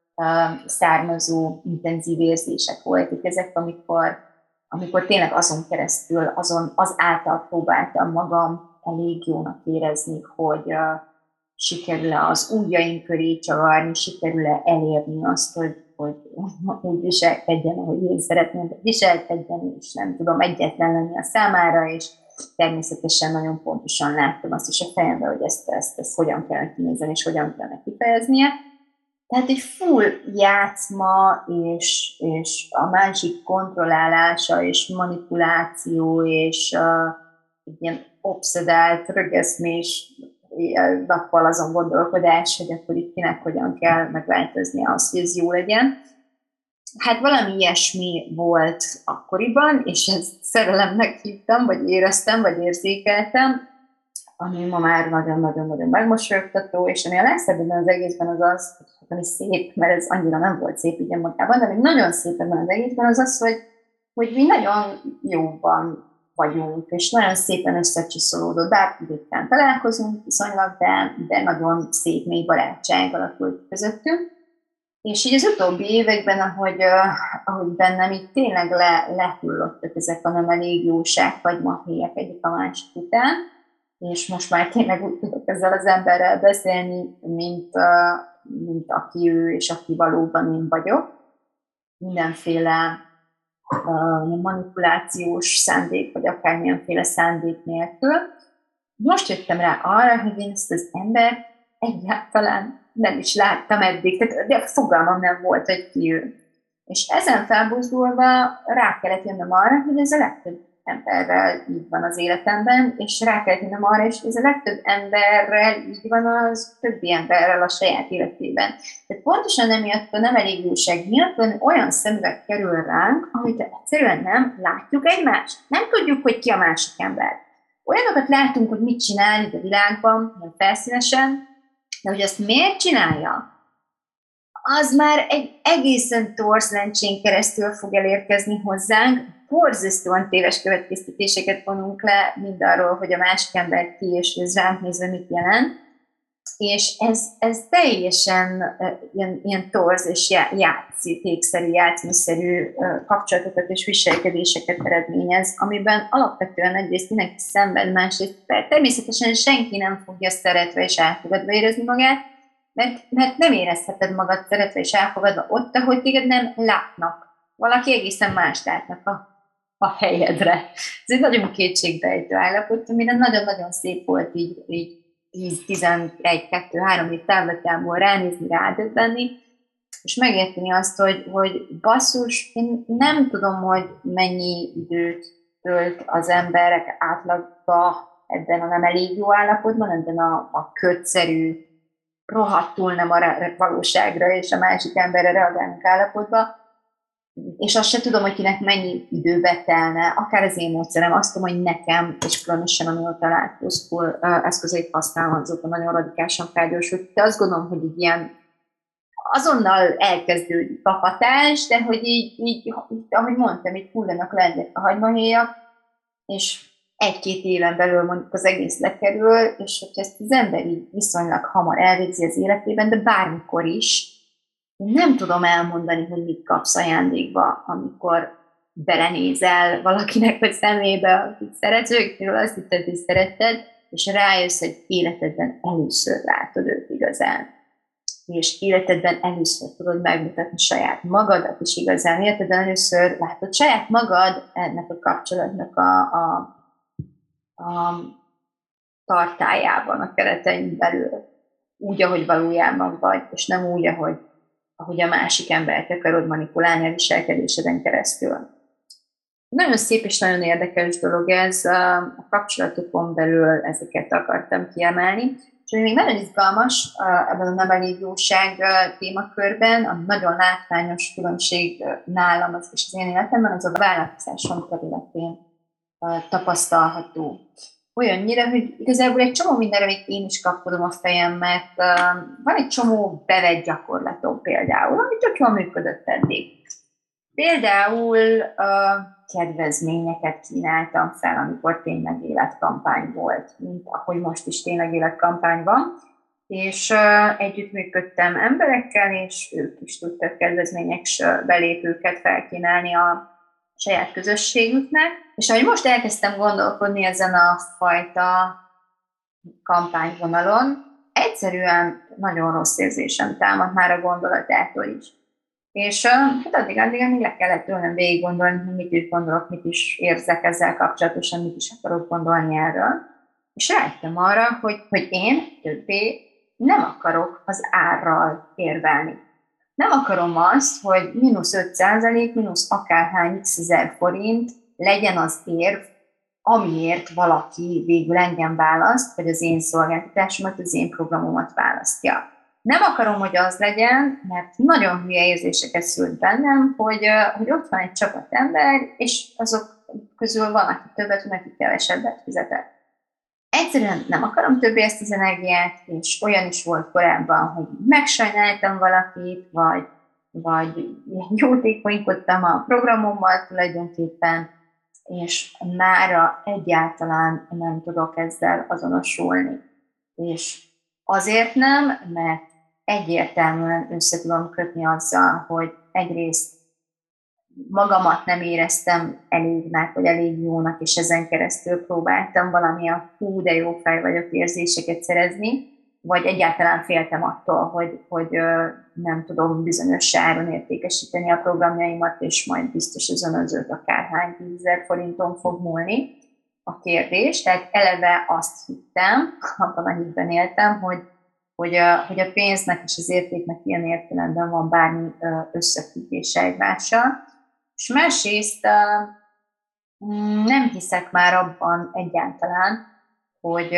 származó intenzív érzések voltak ezek, amikor tényleg azon keresztül, az által próbáltam magam elég jónak érezni, hogy sikerül-e az ujjaim köré csavarni, sikerül-e elérni azt, hogy úgy viselkedjen, ahogy én szeretném, hogy viselkedjen, és nem tudom egyetlen lenni a számára, és természetesen nagyon pontosan láttam azt is a fejemben, hogy ezt hogyan kell kinézni, és hogyan kell kifejeznie. Tehát egy full játszma, és a másik kontrollálása, és manipuláció, és egy ilyen obszedált rögeszmés, nappal azon gondolkodás, hogy akkor itt kinek hogyan kell megváltozni ahhoz, hogy ez jó legyen. Hát valami ilyesmi volt akkoriban, és ezt szerelemnek hívtam, vagy éreztem, vagy érzékeltem, ami ma már nagyon-nagyon-nagyon megmosolyogtató, és ami a legszebb az egészben az, ami szép, mert ez annyira nem volt szép így magában, de ami nagyon szép ebben az egészben az, hogy mi nagyon jóban vagyunk, és nagyon szépen összecsiszolódott, bár ritkán találkozunk viszonylag, de nagyon szép mély barátság alakult közöttünk. És így az utóbbi években, ahogy bennem így tényleg lehullottak ezek a nem elég jóság vagy mahéjek egyik a másik után, és most már tényleg úgy tudok ezzel az emberrel beszélni, mint aki ő, és aki valóban én vagyok. Mindenféle manipulációs szándék, vagy akármilyenféle szándék nélkül. Most jöttem rá arra, hogy én ezt az embert egyáltalán nem is láttam eddig, tehát de fogalmam nem volt, hogy ki ő. És ezen felbuzdulva rá kellett jönnöm arra, hogy ez a legtöbb emberrel így van az életemben, és rá kellett jönnöm arra, és ez a legtöbb emberrel így van az többi emberrel a saját életében. Tehát pontosan emiatt a nem elég jóság miatt olyan szemüveg kerül ránk, amit egyszerűen nem látjuk egymást. Nem tudjuk, hogy ki a másik ember. Olyanokat látunk, hogy mit csinál itt a világban, ilyen felszínesen, de hogy azt miért csinálja, az már egy egészen torz lencsén keresztül fog elérkezni hozzánk, borzasztóan téves következtetéseket vonunk le mindarról, hogy a másik ember ki, és ez ránk nézve mit jelent. És ez teljesen ilyen torz és játékszerű, játszmaszerű kapcsolatokat és viselkedéseket eredményez, amiben alapvetően egyrészt mindenki szenved, másrészt természetesen senki nem fogja szeretve és elfogadva érezni magát, mert nem érezheted magad szeretve és elfogadva ott, ahogy téged nem látnak. Valaki egészen más látnak a helyedre. Ez egy nagyon kétségbejtő állapot, amire nagyon-nagyon szép volt így 10-11-2-3 év távlatából ránézni, rádöbbenni, és megérteni azt, hogy basszus, én nem tudom, hogy mennyi időt tölt az emberek átlagban ebben a nem elég jó állapotban, ebben a kötszerű, rohadtul nem a valóságra és a másik emberre reagálunk állapotba, és azt se tudom, hogy kinek mennyi időbe telne, akár az én módszerem, azt tudom, hogy nekem, és különösen amióta látszózkul eszközeit használom, azóta nagyon radikálisan felgyorsult, de azt gondolom, hogy így ilyen azonnal elkezdődik a hatás, de hogy így ahogy mondtam, így hullanak lennek a hagymahéjak, és 1-2 éven belül mondjuk az egész lekerül, és hogyha ezt az ember így viszonylag hamar elvégzi az életében, de bármikor is, én nem tudom elmondani, hogy mit kapsz ajándékba, amikor belenézel valakinek a szemébe, akit szeretsz, őktől azt hitted, hogy szeretted, és rájössz, hogy életedben először látod őt igazán. És életedben először tudod megmutatni saját magadat is igazán. Életedben először látod saját magad ennek a kapcsolatnak a tartályában, a keretein belül. Úgy, ahogy valójában vagy, és nem úgy, ahogy a másik embert akarod manipulálni a viselkedéseden keresztül. Nagyon szép és nagyon érdekes dolog ez, a kapcsolatokon belül ezeket akartam kiemelni. És ami még nagyon izgalmas ebben a nem elég jóság témakörben, a nagyon látványos különbség nálam és az én életemben, az a vállalkozásom területén tapasztalható. Olyannyira, hogy igazából egy csomó mindenre még én is kapkodom a fejem, mert van egy csomó bevett gyakorlatom például, ami tök jól működött eddig. Például kedvezményeket kínáltam fel, amikor tényleg életkampány volt, mint ahogy most is tényleg életkampány van, és együttműködtem emberekkel, és ők is tudtak kedvezményes belépőket felkínálni a saját közösségüknek, és ahogy most elkezdtem gondolkodni ezen a fajta kampányvonalon, egyszerűen nagyon rossz érzésem támad már a gondolatától is. És hát addig, amíg le kellett ülnöm végig gondolni, hogy mit is gondolok, mit is érzek ezzel kapcsolatosan, mit is akarok gondolni erről. És rájöttem arra, hogy én többé nem akarok az árral érvelni. Nem akarom azt, hogy -5%, mínusz akárhány x-1000 forint legyen az érv, amiért valaki végül engem választ, vagy az én szolgáltatásomat, az én programomat választja. Nem akarom, hogy az legyen, mert nagyon hülye érzéseket szült bennem, hogy ott van egy csapat ember, és azok közül van, aki többet, van, aki kevesebbet fizetett. Egyszerűen nem akarom többé ezt az energiát, és olyan is volt korábban, hogy megsajnáltam valakit, vagy jótékonykodtam a programommal tulajdonképpen, és mára egyáltalán nem tudok ezzel azonosulni. És azért nem, mert egyértelműen össze tudom kötni azzal, hogy egyrészt magamat nem éreztem elégnek, vagy elég jónak, és ezen keresztül próbáltam valamilyen hú, de jó fej vagyok érzéseket szerezni, vagy egyáltalán féltem attól, hogy nem tudom bizonyos áron értékesíteni a programjaimat, és majd biztos az önözőt akárhány 10 000 forinton fog múlni a kérdés. Tehát eleve azt hittem, abban a hitben éltem, hogy a pénznek és az értéknek ilyen értelemben van bármi összefüggése egymással. És másrészt nem hiszek már abban egyáltalán, hogy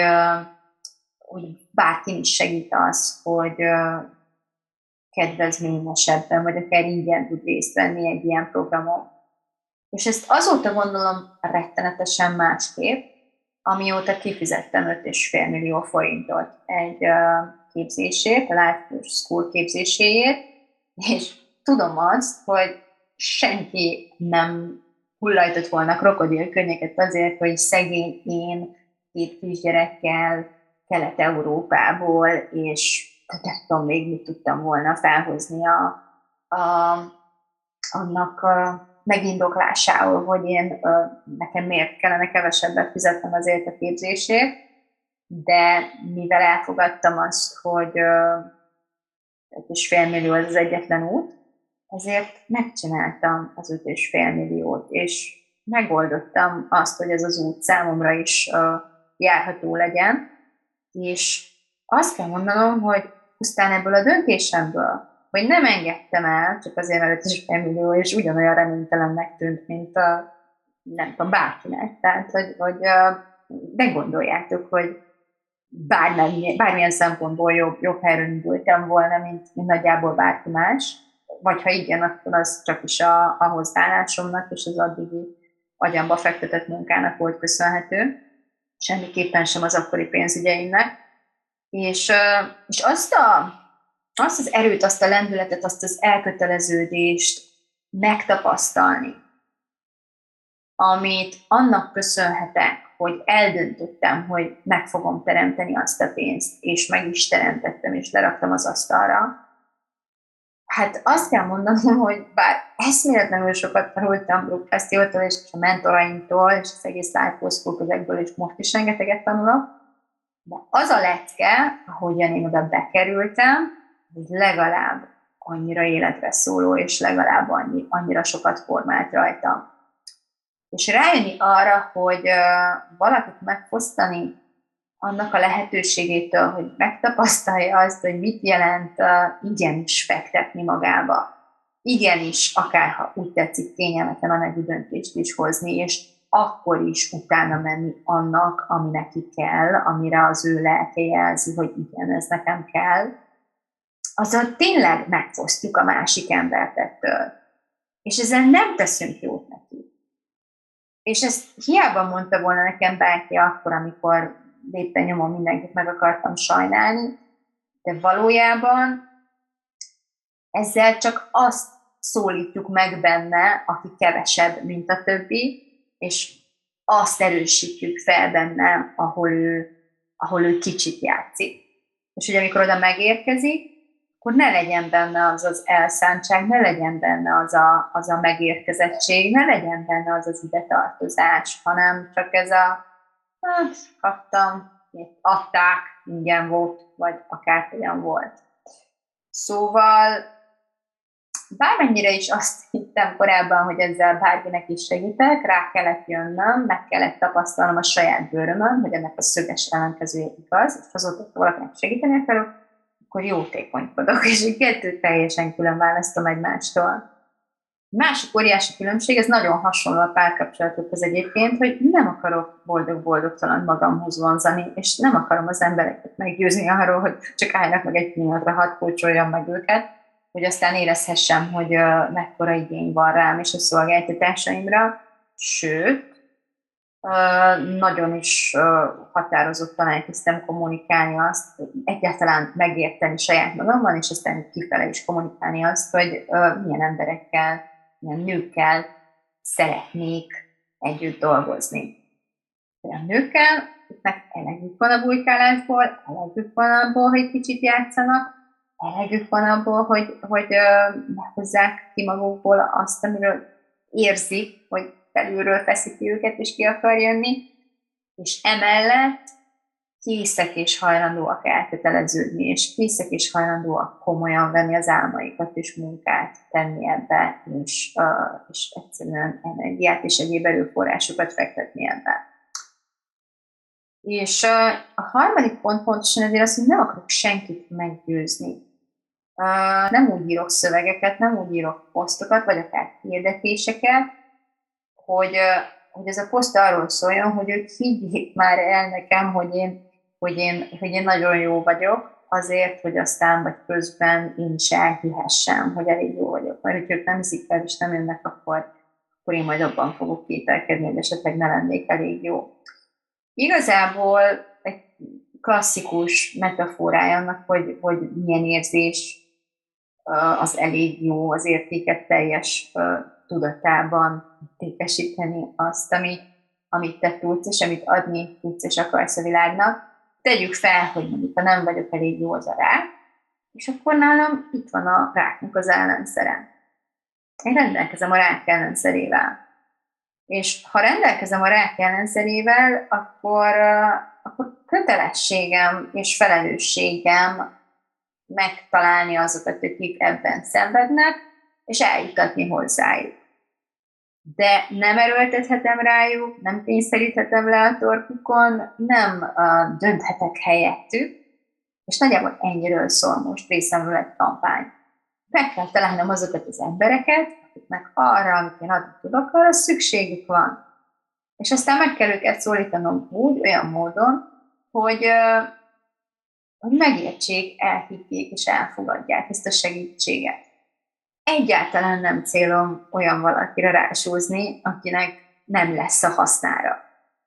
bárki is segít az, hogy kedvezményesebben, vagy akár ingyen tud részt venni egy ilyen programon. És ezt azóta gondolom rettenetesen másképp, amióta kifizettem 5,5 millió forintot egy képzésért, a Life Coach School képzéséért, és tudom azt, hogy senki nem hullajtott volna krokodilkönnyeket azért, hogy szegény én 2 kisgyerekkel Kelet-Európából, és nem tudom még mit tudtam volna felhozni annak megindoklásául, hogy nekem miért kellene kevesebbet fizetnem azért a képzésért, de mivel elfogadtam azt, hogy 5,5 millió az egyetlen út, ezért megcsináltam az 5,5 milliót, és megoldottam azt, hogy ez az út számomra is járható legyen, és azt kell mondanom, hogy pusztán ebből a döntésemből, hogy nem engedtem el, csak azért, mert 5,5 millió, és ugyanolyan reménytelennek tűnt, mint nem tudom, bárkinek. Tehát, hogy ne gondoljátok, hogy bármilyen szempontból jobb helyről indultam volna, mint nagyjából bárki más, vagy ha igen, akkor az csak is a hozzáállásomnak és az addigi agyamba fektetett munkának volt köszönhető, semmiképpen sem az akkori pénzügyeimnek. És azt az erőt, azt a lendületet, azt az elköteleződést megtapasztalni, amit annak köszönhetek, hogy eldöntöttem, hogy meg fogom teremteni azt a pénzt, és meg is teremtettem, és leraktam az asztalra. Hát azt kell mondanom, hogy bár eszméletlenül sokat tanultam Brooke Castillo-tól és a mentoraimtól, és az egész Life Coach School közegből, és most is rengeteget tanulok, de az a lecke, ahogyan én oda bekerültem, ez legalább annyira életre szóló, és legalább annyira sokat formált rajtam. És rájönni arra, hogy valakit megfosztani annak a lehetőségétől, hogy megtapasztalja azt, hogy mit jelent igenis fektetni magába. Igenis, akárha úgy tetszik, kényelmetlen anyagi döntést is hozni, és akkor is utána menni annak, ami neki kell, amire az ő lelke jelzi, hogy igen, ez nekem kell, azzal tényleg megfosztjuk a másik embert ettől. És ezzel nem teszünk jót neki. És ezt hiába mondta volna nekem bárki akkor, amikor éppen nyomon mindenkit meg akartam sajnálni, de valójában ezzel csak azt szólítjuk meg benne, aki kevesebb, mint a többi, és azt erősítjük fel benne, ahol ő kicsit játszik. És hogy amikor oda megérkezik, akkor ne legyen benne az az elszántság, ne legyen benne az a megérkezettség, ne legyen benne az az ide tartozás, hanem csak ez kaptam, adták, ingyen volt, vagy akárhogyan volt. Szóval bármennyire is azt hittem korábban, hogy ezzel bárkinek is segítek, rá kellett jönnöm, meg kellett tapasztalnom a saját bőrömön, hogy ennek a szöges ellenkezője igaz, és azóta, hogy valakinek segíteni akarok, akkor jótékonykodok, és így kettőt teljesen külön választom egymástól. Másik óriási különbség, ez nagyon hasonló a párkapcsolatokhoz egyébként, hogy nem akarok boldog-boldogtalan magamhoz vonzani, és nem akarom az embereket meggyőzni arról, hogy csak álljanak meg egy pillanatra, hadd kócsoljam meg őket, hogy aztán érezhessem, hogy mekkora igény van rám és a szolgáltatásaimra. Sőt, nagyon is határozottan elkezdtem kommunikálni azt, hogy egyáltalán megérteni saját magamban, és aztán kifele is kommunikálni azt, hogy milyen emberekkel, milyen nőkkel szeretnék együtt dolgozni. Olyan nőkkel, akiknek elegük van a bujkálásból, elegük van abból, hogy kicsit játszanak, elegük van abból, hogy meghozzák ki magukból azt, amiről érzik, hogy belülről feszíti őket, és ki akar jönni, és emellett készek és hajlandóak elköteleződni, és készek és hajlandóak komolyan venni az álmaikat és munkát tenni ebbe, és egyszerűen energiát és egyéb erőforrásokat fektetni ebbe. És a harmadik pont pontosan ezért az, hogy nem akarok senkit meggyőzni. Nem úgy írok szövegeket, nem úgy írok posztokat, vagy akár hirdetéseket, hogy ez a poszt arról szóljon, hogy ők higgyék már el nekem, hogy én nagyon jó vagyok, azért, hogy aztán vagy közben én is elhihessem, hogy elég jó vagyok. Mert hogy ők nem hiszik el, és nem jönnek, akkor én majd abban fogok kételkedni, hogy esetleg ne lennék elég jó. Igazából egy klasszikus metaforája annak, hogy milyen érzés az elég jó, az értéket teljes tudatában értékesíteni azt, amit te tudsz, és amit adni tudsz, és akarsz a világnak. Tegyük fel, hogy mondjuk, ha nem vagyok elég jó az a rák, és akkor nálam itt van a ráknak az ellenszere. Én rendelkezem a rák ellenszerével. És ha rendelkezem a rák ellenszerével, akkor kötelességem és felelősségem megtalálni azokat, akik ebben szenvednek, és eljutatni hozzájuk. De nem erőltethetem rájuk, nem kényszeríthetem le a torkukon, nem dönthetek helyettük, és nagyjából ennyiről szól most részemről egy kampány. Meg kell találnom azokat az embereket, akiknek arra, amit én adni tudok, arra szükségük van. És aztán meg kell őket szólítanom úgy, olyan módon, hogy megértsék, elhiggyék és elfogadják ezt a segítséget. Egyáltalán nem célom olyan valakire rásúzni, akinek nem lesz a hasznára.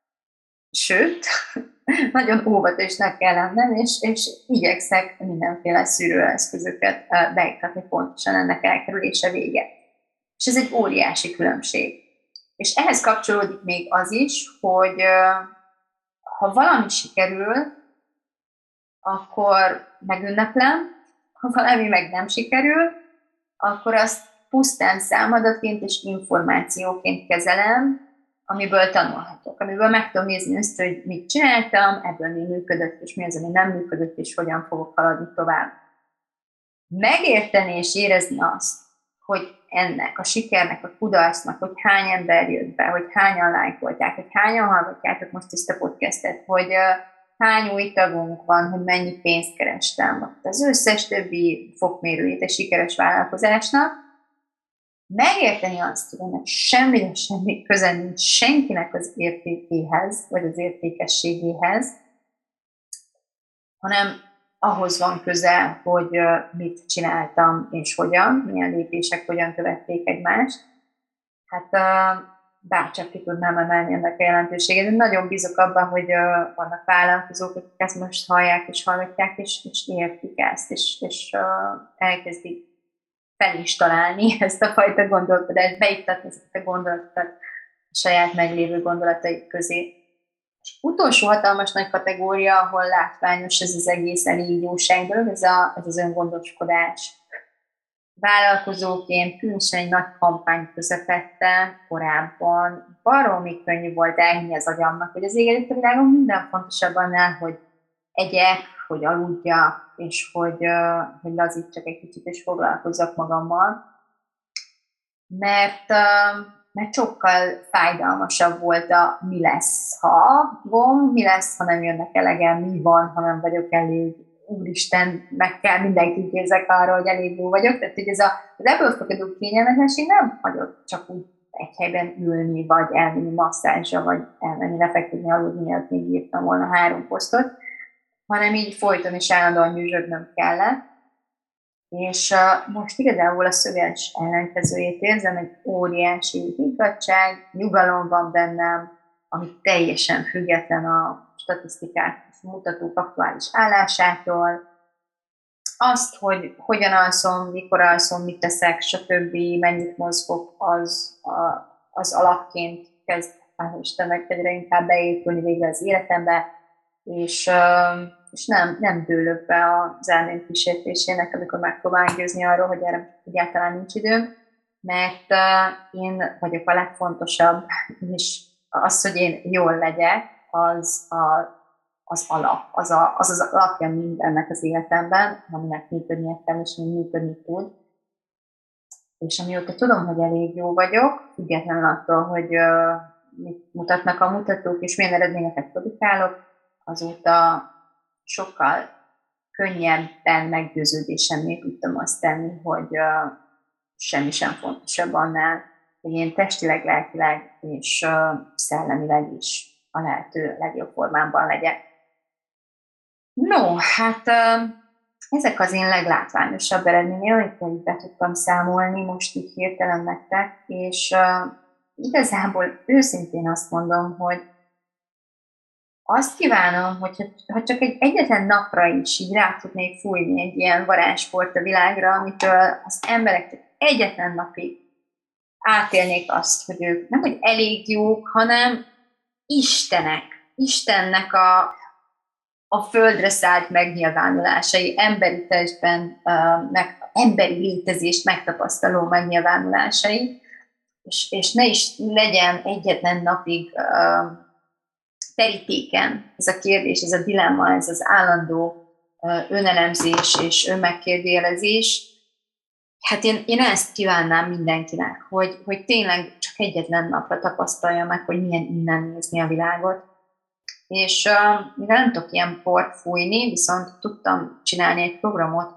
Sőt, nagyon óvatosnak kell lennem, és igyekszek mindenféle szűrőeszközöket beiktatni pontosan ennek elkerülése vége. És ez egy óriási különbség. És ehhez kapcsolódik még az is, hogy ha valami sikerül, akkor megünneplem, ha valami meg nem sikerül, akkor azt pusztán számadatként és információként kezelem, amiből tanulhatok, amiből meg tudom nézni azt, hogy mit csináltam, ebből mi működött, és mi az, ami nem működött, és hogyan fogok haladni tovább. Megérteni és érezni azt, hogy ennek, a sikernek, a kudarcnak, hogy hány ember jött be, hogy hányan lájkolták, hogy hányan hallgatjátok most ezt a podcastet, hogy hány új tagunk van, hogy mennyi pénzt kerestem, az összes többi fokmérőjét egy sikeres vállalkozásnak, megérteni azt, hogy ennek semmi köze nincs senkinek az értékéhez, vagy az értékességéhez, hanem ahhoz van köze, hogy mit csináltam és hogyan, milyen lépések hogyan követték egymást. Hát bárcsak ki tudnám emelni ennek a jelentőségét. Én nagyon bízok abban, hogy vannak vállalkozók, akik ezt most hallják és hallgatják, és értik ezt, és elkezdik fel is találni ezt a fajta gondolkodást, beiktatni ezeket a gondolatokat a saját meglévő gondolataik közé. És utolsó hatalmas nagy kategória, ahol látványos ez az egész elégjóság dolog, ez az öngondoskodás. Vállalkozóként, különösen egy nagy kampány közepette korábban baromi könnyű volt elhinni az agyamnak, hogy az ég a világon minden fontosabb annál, hogy egyek, hogy aludjak, és hogy lazítsak egy kicsit, és foglalkozzak magammal. Mert sokkal fájdalmasabb volt a mi lesz, ha gomb, mi lesz, ha nem jönnek elegem, mi van, ha nem vagyok elég, úristen, meg kell mindenkit érzek arra, hogy elég jó vagyok. Tehát, hogy az ebből fakadó kényelmetlenség nem hagyott csak úgy egy helyben ülni, vagy elmenni masszázsra, vagy elmenni lefeküdni, aludni, miatt még írtam volna 3 posztot, hanem így folyton is állandóan nyüzsögnöm kellett. És most igazából a szöges ellenkezőjét érzem, egy óriási higgadtság, nyugalom van bennem, ami teljesen független a statisztikák mutatók aktuális állásától. Azt, hogy hogyan alszom, mikor alszom, mit teszek, stb., mennyit mozgok, az alapként kezd Istennek egyre inkább beépülni végre az életembe, és nem dőlök be az elmény kísértésének, amikor megpróbálom győzni arról, hogy erre egyáltalán nincs időm, mert én vagyok a legfontosabb, és az, hogy én jól legyek, az alap, az alapja mindennek az életemben, aminek működnie kell, és még működni tud. És amióta tudom, hogy elég jó vagyok, függetlenül attól, hogy mit mutatnak a mutatók, és milyen eredményeket produkálok, azóta sokkal könnyebben meggyőződésemmé tudtam azt tenni, hogy semmi sem fontosabb annál, hogy én testileg, lelkileg és szellemileg is a lehető legjobb formámban legyek. No, hát ezek az én leglátványosabb eredmények, amiket be tudtam számolni most így hirtelen nektek, és igazából őszintén azt mondom, hogy azt kívánom, hogy ha csak egyetlen napra is így rá tudnék fújni egy ilyen varázsport a világra, amitől az emberek csak egyetlen napig átélnék azt, hogy ők nem hogy elég jók, hanem Istenek, Istennek a földre szállt megnyilvánulásai, emberi testben, emberi létezést megtapasztaló megnyilvánulásai, és ne is legyen egyetlen napig terítéken ez a kérdés, ez a dilemma, ez az állandó önelemzés és önmegkérdőjelezés. Hát én ezt kívánnám mindenkinek, hogy tényleg csak egyetlen napra tapasztalja meg, hogy milyen innen nézni a világot. És mivel nem tudok ilyen port fújni, viszont tudtam csinálni egy programot,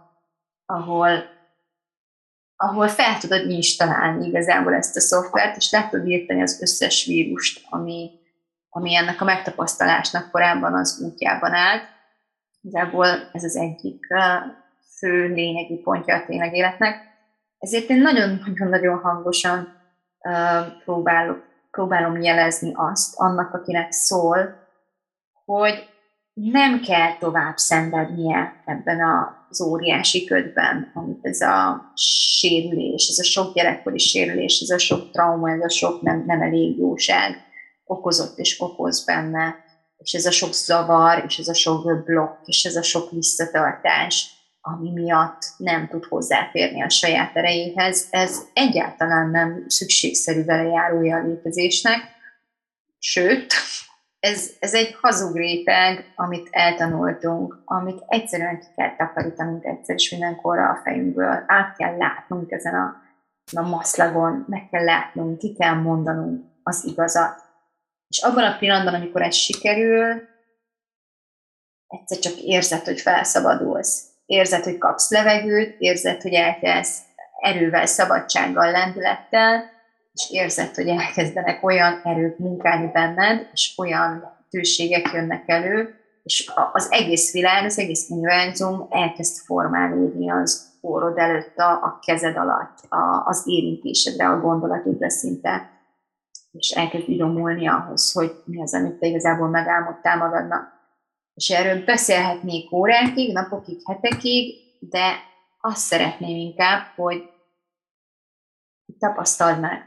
ahol fel tudod installálni igazából ezt a szoftvert, és le tudod írtani az összes vírust, ami ennek a megtapasztalásnak korábban az útjában állt. Igazából ez az egyik fő lényegi pontja a tényleg életnek. Ezért én nagyon-nagyon hangosan próbálom jelezni azt annak, akinek szól, hogy nem kell tovább szenvednie ebben az óriási ködben, amit ez a sérülés, ez a sok gyerekkori sérülés, ez a sok trauma, ez a sok nem elég jóság okozott és okoz benne, és ez a sok zavar, és ez a sok blokk, és ez a sok visszatartás, ami miatt nem tud hozzáférni a saját erejéhez, ez egyáltalán nem szükségszerű velejárója a létezésnek, sőt, ez egy hazug réteg, amit eltanultunk, amit egyszerűen ki kell takarítanunk egyszer és mindenkorra a fejünkből. Át kell látnunk ezen a maszlagon, meg kell látnunk, ki kell mondanunk az igazat. És abban a pillanatban, amikor ez sikerül, egyszer csak érzed, hogy felszabadulsz. Érzed, hogy kapsz levegőt, érzed, hogy elkezdsz erővel, szabadsággal, lendülettel, és érzed, hogy elkezdenek olyan erők munkálni benned, és olyan tőségek jönnek elő, és az egész világ, az egész univerzum elkezd formálódni az orrod előtt, a kezed alatt, az érintésedre, a gondolatodra szinte, és elkezd idomulni ahhoz, hogy mi az, amit te igazából megálmodtál magadnak. És erről beszélhetnék órákig, napokig, hetekig, de azt szeretném inkább, hogy tapasztald meg,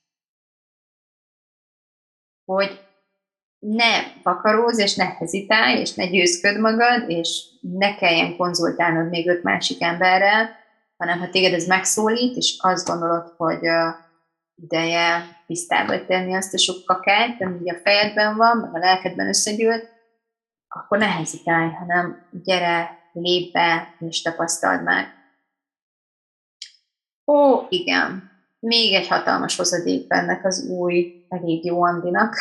hogy ne vakarózz, és ne hezitálj, és ne győzköd magad, és ne kelljen konzultálnod még 5 másik emberrel, hanem ha téged ez megszólít, és azt gondolod, hogy ideje tisztába tenni azt a sok kakát, ami így a fejedben van, meg a lelkedben összegyűlt, akkor ne hezitálj, hanem gyere, lépj be, és tapasztald meg. Ó, igen, még egy hatalmas hozadék ennek az új, elég jó Andinak,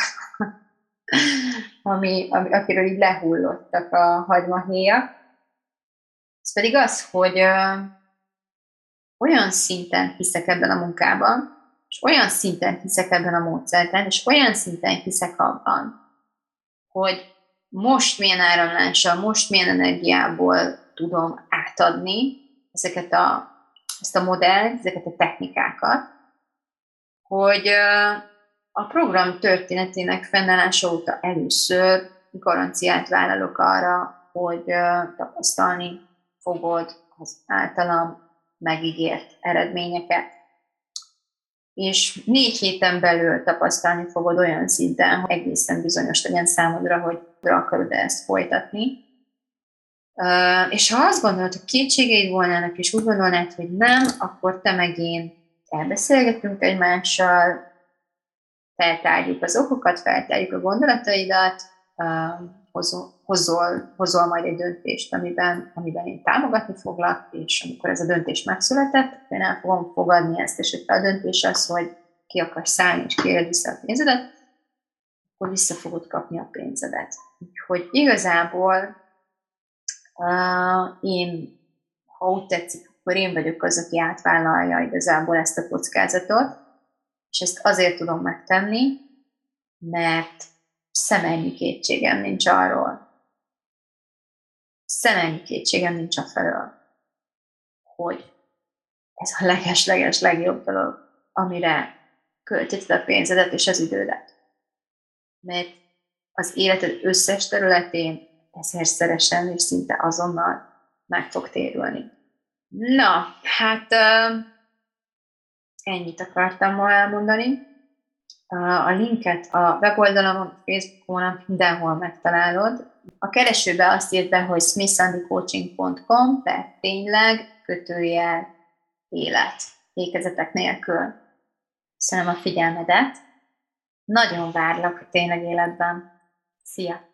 akiről így lehullottak a hagymahéjak. Ez pedig az, hogy olyan szinten hiszek ebben a munkában, és olyan szinten hiszek ebben a módszerben, és olyan szinten hiszek abban, hogy most milyen áramlással, most milyen energiából tudom átadni ezt a modellt, ezeket a technikákat, hogy a program történetének fennállása óta először garanciát vállalok arra, hogy tapasztalni fogod az általam megígért eredményeket. És 4 héten belül tapasztalni fogod olyan szinten, hogy egészen bizonyos legyen számodra, hogy akarod ezt folytatni. És ha azt gondolod, hogy kétségeid volnának, és úgy gondolnád, hogy nem, akkor te meg én elbeszélgetünk egymással, feltárjuk az okokat, feltárjuk a gondolataidat, hozol majd egy döntést, amiben én támogatni foglak, és amikor ez a döntés megszületett, én el fogom fogadni ezt, és hogyha a döntés az, hogy ki akarsz szállni, és kérjed vissza a pénzedet, akkor vissza fogod kapni a pénzedet. Úgyhogy igazából én, ha úgy tetszik, akkor én vagyok az, aki átvállalja igazából ezt a kockázatot, és ezt azért tudom megtenni, mert szemennyi kétségem nincs arról, szemennyi kétségem nincs afelől, hogy ez a leges-leges legjobb dolog, amire költötted a pénzedet és az idődet. Mert az életed összes területén ezerszeresen és szinte azonnal meg fog térülni. Na, hát ennyit akartam ma elmondani. A linket a weboldalamon, Facebookon, mindenhol megtalálod. A keresőbe azt írt be, hogy smithsandycoaching.com, tehát tényleg élet, ékezetek nélkül. Köszönöm a figyelmedet. Nagyon várlak a tényleg életben. Szia!